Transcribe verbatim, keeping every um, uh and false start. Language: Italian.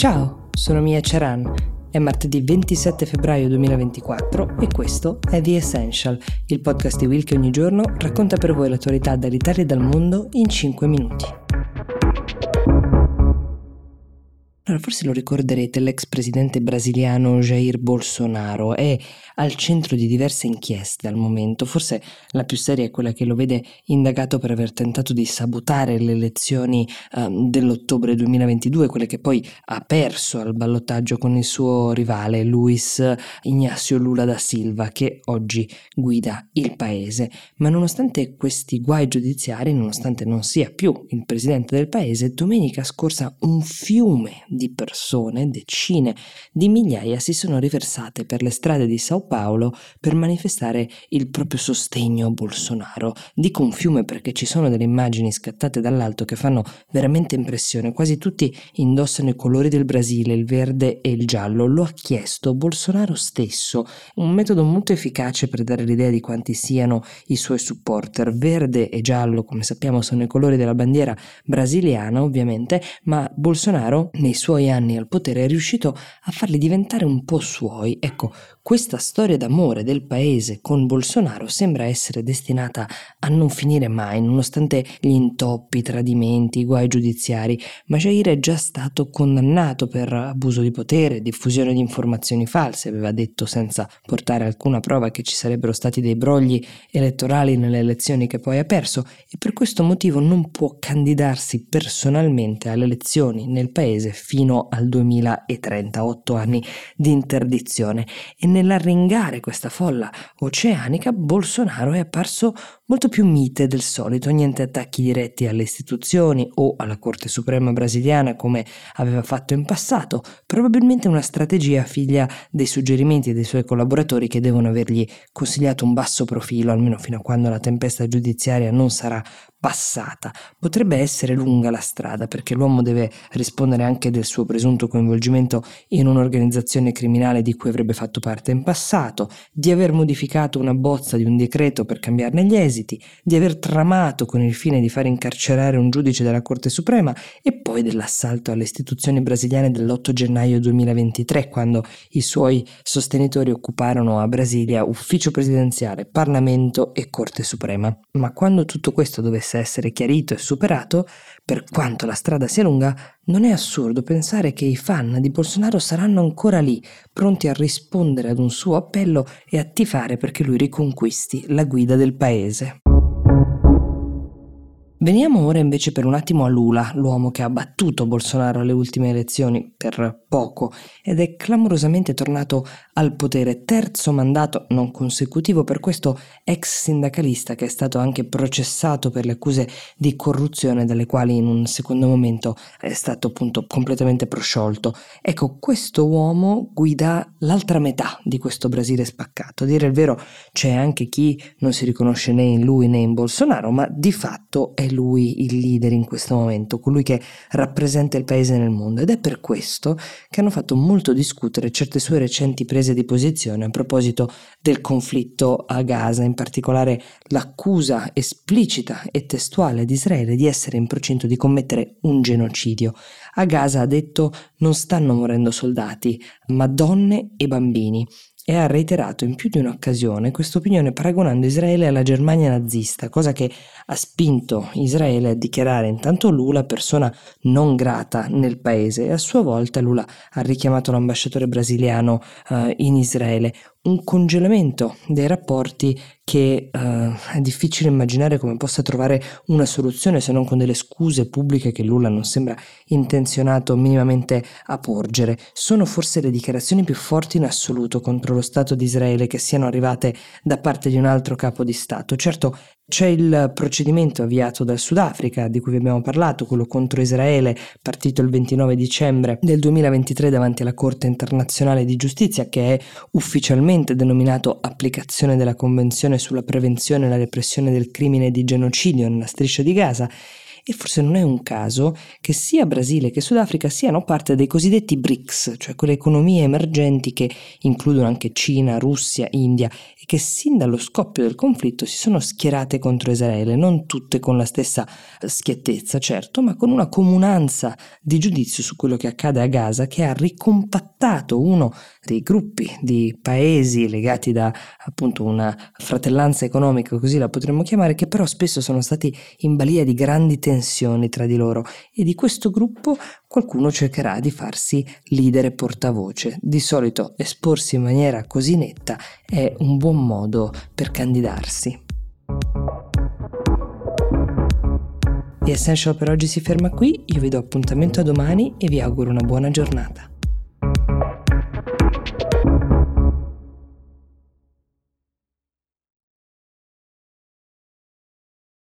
Ciao, sono Mia Ceran. È martedì ventisette febbraio duemilaventiquattro e questo è The Essential, il podcast di Will che ogni giorno racconta per voi l'attualità dall'Italia e dal mondo in cinque minuti. Allora, forse lo ricorderete, l'ex presidente brasiliano Jair Bolsonaro è al centro di diverse inchieste al momento. Forse la più seria è quella che lo vede indagato per aver tentato di sabotare le elezioni um, dell'ottobre duemilaventidue, quelle che poi ha perso al ballottaggio con il suo rivale Luiz Inácio Lula da Silva, che oggi guida il paese. Ma nonostante questi guai giudiziari, nonostante non sia più il presidente del paese, domenica scorsa un fiume di persone, decine di migliaia, si sono riversate per le strade di Sao Paulo per manifestare il proprio sostegno a Bolsonaro. Dico un fiume perché ci sono delle immagini scattate dall'alto che fanno veramente impressione. Quasi tutti indossano i colori del Brasile, il verde e il giallo. Lo ha chiesto Bolsonaro stesso, un metodo molto efficace per dare l'idea di quanti siano i suoi supporter. Verde e giallo, come sappiamo, sono i colori della bandiera brasiliana, ovviamente, ma Bolsonaro nei suoi anni al potere è riuscito a farli diventare un po' suoi. Ecco, questa storia d'amore del paese con Bolsonaro sembra essere destinata a non finire mai, nonostante gli intoppi, i tradimenti, i guai giudiziari. Ma Jair è già stato condannato per abuso di potere, diffusione di informazioni false, aveva detto senza portare alcuna prova che ci sarebbero stati dei brogli elettorali nelle elezioni che poi ha perso, e per questo motivo non può candidarsi personalmente alle elezioni nel paese fino al duemilatrenta, otto anni di interdizione. E nell'arringare questa folla oceanica, Bolsonaro è apparso molto più mite del solito, niente attacchi diretti alle istituzioni o alla Corte Suprema brasiliana come aveva fatto in passato, probabilmente una strategia figlia dei suggerimenti dei suoi collaboratori che devono avergli consigliato un basso profilo, almeno fino a quando la tempesta giudiziaria non sarà passata. Potrebbe essere lunga la strada, perché l'uomo deve rispondere anche del suo presunto coinvolgimento in un'organizzazione criminale di cui avrebbe fatto parte in passato, di aver modificato una bozza di un decreto per cambiarne gli esiti, di aver tramato con il fine di far incarcerare un giudice della Corte Suprema, e poi dell'assalto alle istituzioni brasiliane dell'otto gennaio duemilaventitré, quando i suoi sostenitori occuparono a Brasilia ufficio presidenziale, Parlamento e Corte Suprema. Ma quando tutto questo dovesse essere chiarito e superato, per quanto la strada sia lunga, non è assurdo pensare che i fan di Bolsonaro saranno ancora lì, pronti a rispondere ad un suo appello e a tifare perché lui riconquisti la guida del paese. Veniamo ora invece per un attimo a Lula, l'uomo che ha battuto Bolsonaro alle ultime elezioni per poco ed è clamorosamente tornato al potere, terzo mandato non consecutivo per questo ex sindacalista che è stato anche processato per le accuse di corruzione, dalle quali in un secondo momento è stato appunto completamente prosciolto. Ecco, questo uomo guida l'altra metà di questo Brasile spaccato. A dire il vero, c'è anche chi non si riconosce né in lui né in Bolsonaro, ma di fatto è lui il leader in questo momento, colui che rappresenta il paese nel mondo, ed è per questo che hanno fatto molto discutere certe sue recenti prese di posizione a proposito del conflitto a Gaza, in particolare l'accusa esplicita e testuale di Israele di essere in procinto di commettere un genocidio. A Gaza, ha detto, non stanno morendo soldati, ma donne e bambini. E ha reiterato in più di un'occasione questa opinione paragonando Israele alla Germania nazista, cosa che ha spinto Israele a dichiarare intanto Lula persona non grata nel paese, e a sua volta Lula ha richiamato l'ambasciatore brasiliano uh, in Israele. Un congelamento dei rapporti che uh, è difficile immaginare come possa trovare una soluzione se non con delle scuse pubbliche che Lula non sembra intenzionato minimamente a porgere. Sono forse le dichiarazioni più forti in assoluto contro lo Stato di Israele che siano arrivate da parte di un altro capo di Stato. Certo, c'è il procedimento avviato dal Sudafrica, di cui vi abbiamo parlato, quello contro Israele, partito il ventinove dicembre del duemilaventitré davanti alla Corte internazionale di giustizia, che è ufficialmente denominato applicazione della Convenzione sulla prevenzione e la repressione del crimine di genocidio nella striscia di Gaza. e forse non è un caso che sia Brasile che Sudafrica siano parte dei cosiddetti BRICS, cioè quelle economie emergenti che includono anche Cina, Russia, India e che sin dallo scoppio del conflitto si sono schierate contro Israele, non tutte con la stessa schiettezza, certo, ma con una comunanza di giudizio su quello che accade a Gaza, che ha ricompattato uno dei gruppi di paesi legati da appunto una fratellanza economica, così la potremmo chiamare, che però spesso sono stati in balia di grandi tensioni tra di loro, e di questo gruppo qualcuno cercherà di farsi leader e portavoce. Di solito esporsi in maniera così netta è un buon modo per candidarsi. The Essential per oggi si ferma qui, io vi do appuntamento a domani e vi auguro una buona giornata.